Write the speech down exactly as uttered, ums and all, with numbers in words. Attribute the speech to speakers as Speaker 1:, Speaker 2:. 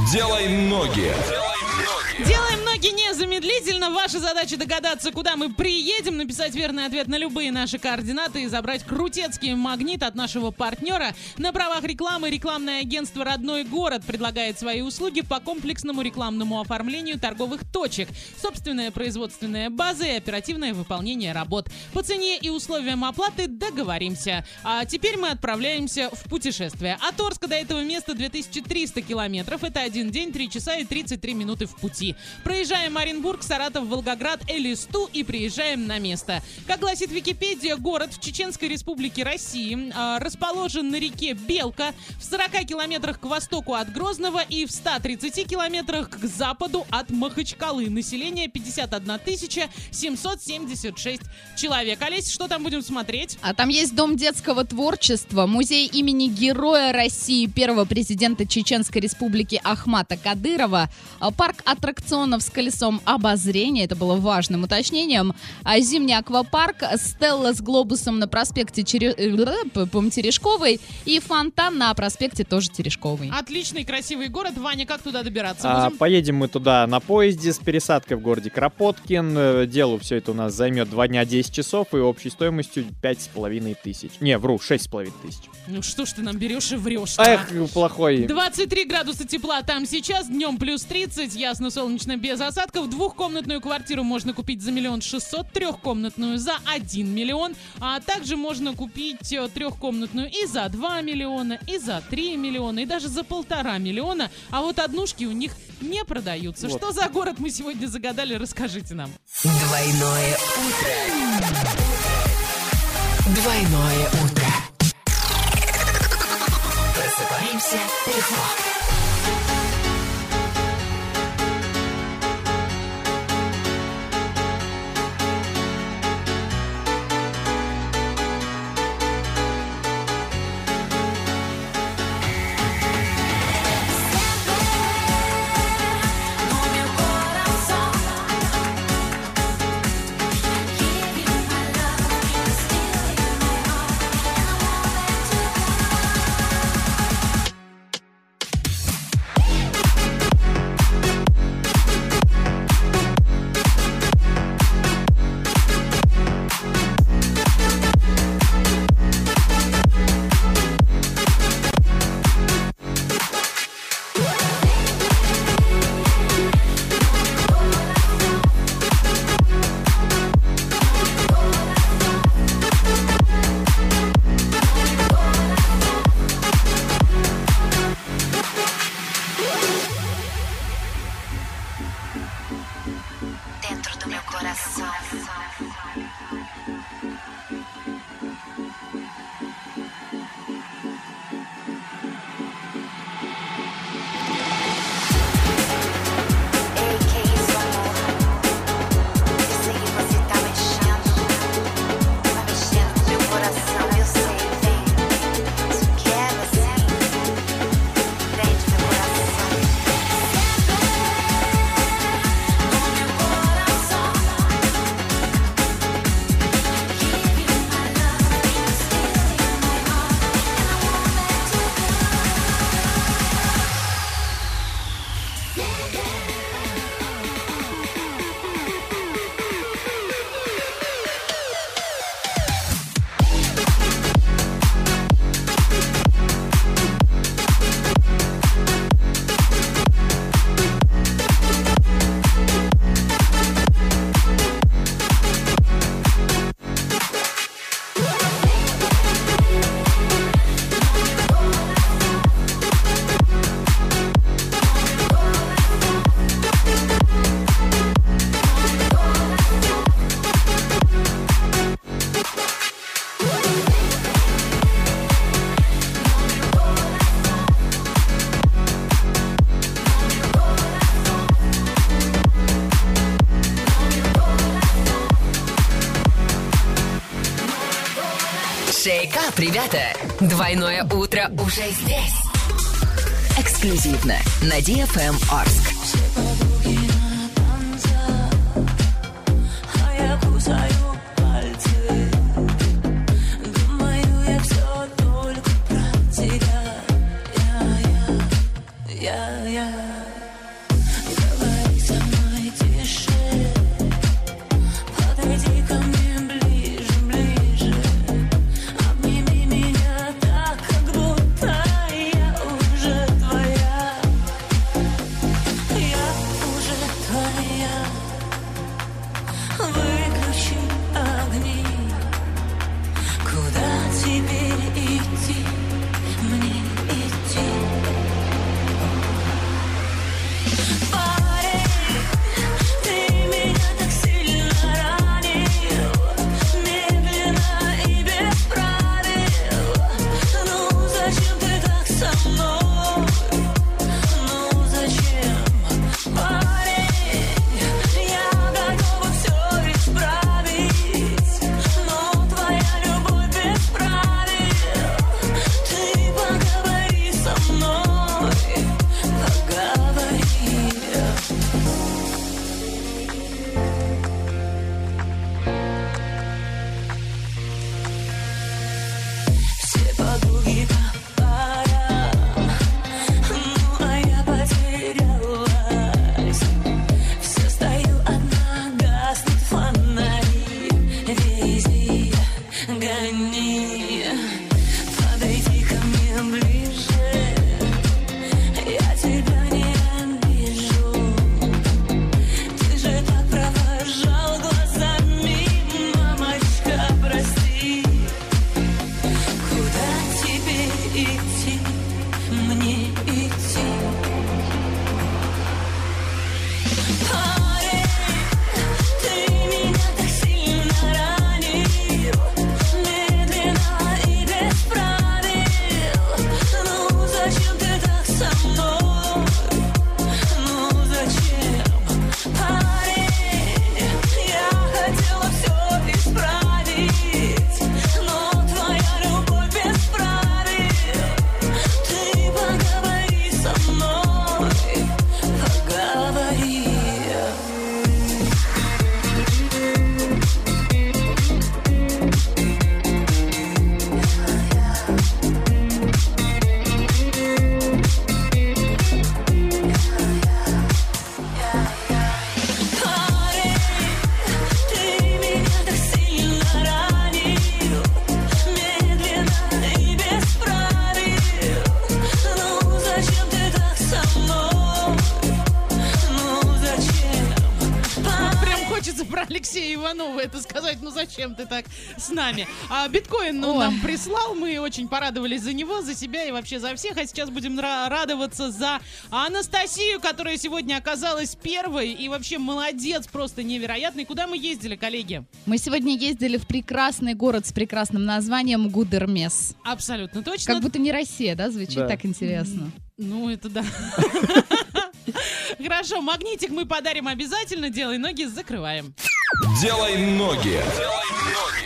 Speaker 1: Делай ноги.
Speaker 2: Делаем ноги незамедлительно. Ваша задача догадаться, куда мы приедем, написать верный ответ на любые наши координаты и забрать крутецкий магнит от нашего партнера. На правах рекламы рекламное агентство «Родной город» предлагает свои услуги по комплексному рекламному оформлению торговых точек. Собственная производственная база и оперативное выполнение работ. По цене и условиям оплаты договоримся. А теперь мы отправляемся в путешествие. От Орска до этого места две тысячи триста километров. Это один день, три часа и тридцать три минуты в пути. Проезжаем Оренбург, Саратов, Волгоград, Элисту и приезжаем на место. Как гласит Википедия, город в Чеченской Республике России э, расположен на реке Белка в сорока километрах к востоку от Грозного и в ста тридцати километрах к западу от Махачкалы. Население пятьдесят одна тысяча семьсот семьдесят шесть человек. Олесь, что там будем смотреть?
Speaker 3: А там есть Дом детского творчества, музей имени Героя России, первого президента Чеченской Республики Ахмата Кадырова, парк аттракционов с колесом обозрения, это было важным уточнением, зимний аквапарк, стелла с глобусом на проспекте Чере... Терешковой и фонтан на проспекте тоже Терешковой.
Speaker 2: Отличный, красивый город. Ваня, как туда добираться
Speaker 4: а,
Speaker 2: будем?
Speaker 4: Поедем мы туда на поезде с пересадкой в городе Кропоткин. Делу все это у нас займет два дня десять часов и общей стоимостью пять с половиной тысяч. Не, вру, шесть с половиной тысяч.
Speaker 2: Ну что ж ты нам берешь и врешь?
Speaker 4: Эх, плохой.
Speaker 2: двадцать три градуса тепла там сейчас, днем плюс тридцать, ясно, солнечно, без осадков. Двухкомнатную квартиру можно купить за миллион шестьсот, трехкомнатную за один миллион, а также можно купить трехкомнатную и за два миллиона, и за три миллиона, и даже за полтора миллиона, а вот однушки у них не продаются. Вот. Что за город мы сегодня загадали, расскажите нам.
Speaker 5: Двойное утро. Двойное утро. Просыпаемся легко.
Speaker 6: Dentro do meu coração. Ei, que isso, amor? Eu sei que você tá mexendo, tá mexendo no meu coração, eu sei, vem. Te quero assim, dentro do meu coração.
Speaker 5: Шейкап, ребята! Двойное утро уже здесь. Эксклюзивно на ди эф эм Орск.
Speaker 7: Yeah.
Speaker 1: твоя. Говори со мной тише, подойди ко мне ближе, ближе. Обними меня так, как будто я уже твоя. Я уже твоя. Выключи огни. Куда теперь идти? Мне идти. Парень, ты меня так сильно ранил, медленно и без правил. Ну зачем ты так со мной? Ну зачем? Парень, я готова все исправить, но твоя любовь без правил. Ты поговори со мной, поговори. Все подруги по парам, ну а я потерялась. Все стою одна, гаснут фонари. Вези, гони, подойди ко мне ближе. Я тебя не обижу. Ты же так провожал глазами, мамочка, прости. Куда теперь идти? Мне идти. Парень, ты меня так сильно ранил, медленно и без правил. Ну зачем ты так со мной? Ну зачем? Парень, я хотела все исправить, но твоя любовь без правил. Ты поговори со мной, поговори. Парень, ты меня так сильно ранил, медленно и без правил. Ну зачем ты так со мной? Ну зачем?
Speaker 2: Прям хочется про Алексея Иванова это сказать. Ну зачем ты так с нами? А биткоин ну,
Speaker 3: Ой.
Speaker 2: нам прислал. Мы очень порадовались за него, за себя и вообще за всех. А сейчас будем ра- радоваться за Анастасию, которая сегодня оказалась первой. И вообще молодец, просто невероятный. Куда мы ездили, коллеги?
Speaker 3: Мы сегодня ездили в прекрасный город с прекрасным названием Гудермес.
Speaker 2: Абсолютно точно.
Speaker 3: Как будто не Россия, да? Звучит
Speaker 4: Да.
Speaker 3: так интересно.
Speaker 2: Ну, это да. Хорошо, магнитик мы подарим обязательно. Делай ноги, закрываем.
Speaker 7: Делай ноги. Делай ноги.